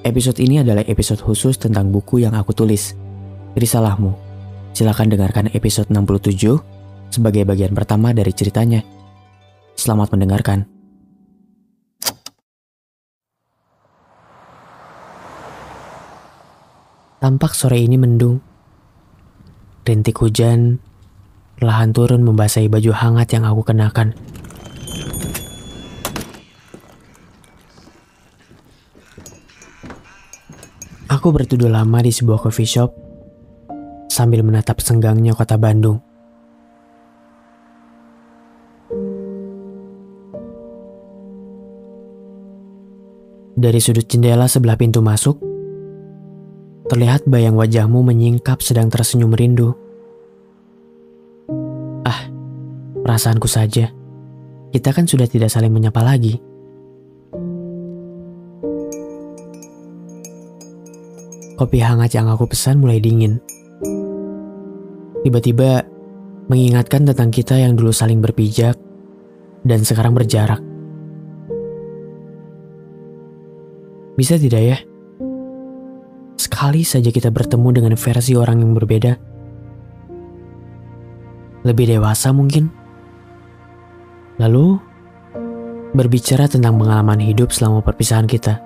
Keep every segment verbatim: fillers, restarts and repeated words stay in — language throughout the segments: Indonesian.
Episode ini adalah episode khusus tentang buku yang aku tulis, Risalahmu. Silakan dengarkan episode enam puluh tujuh sebagai bagian pertama dari ceritanya. Selamat mendengarkan. Tampak sore ini mendung. Rintik hujan perlahan turun membasahi baju hangat yang aku kenakan. Aku berteduh lama di sebuah coffee shop sambil menatap senggangnya kota Bandung. Dari sudut jendela sebelah pintu masuk, terlihat bayang wajahmu menyingkap sedang tersenyum rindu. Ah, perasaanku saja. Kita kan sudah tidak saling menyapa lagi. Kopi hangat yang aku pesan mulai dingin. Tiba-tiba mengingatkan tentang kita yang dulu saling berpijak dan sekarang berjarak. Bisa tidak ya? Sekali saja kita bertemu dengan versi orang yang berbeda. Lebih dewasa mungkin. Lalu berbicara tentang pengalaman hidup selama perpisahan kita.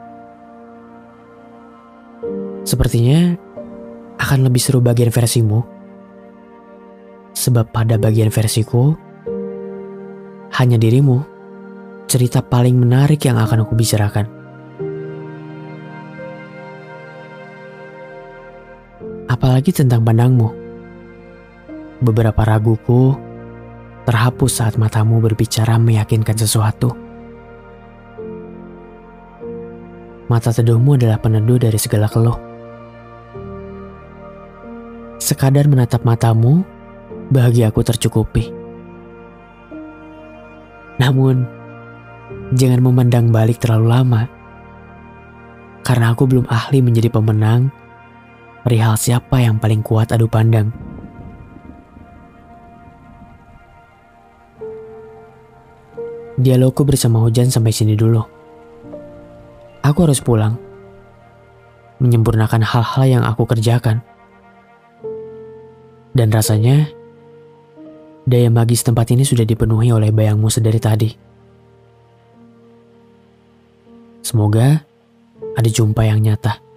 Sepertinya akan lebih seru bagian versimu. Sebab pada bagian versiku, hanya dirimu, cerita paling menarik yang akan aku bicarakan. Apalagi tentang pandangmu. Beberapa raguku terhapus saat matamu berbicara meyakinkan sesuatu. Mata teduhmu adalah peneduh dari segala keluh. Sekadar menatap matamu, bahagiaku tercukupi. Namun, jangan memandang balik terlalu lama. Karena aku belum ahli menjadi pemenang perihal siapa yang paling kuat adu pandang. Dialogku bersama hujan sampai sini dulu. Aku harus pulang, menyempurnakan hal-hal yang aku kerjakan. Dan rasanya, daya magis tempat ini sudah dipenuhi oleh bayangmu sedari tadi. Semoga ada jumpa yang nyata.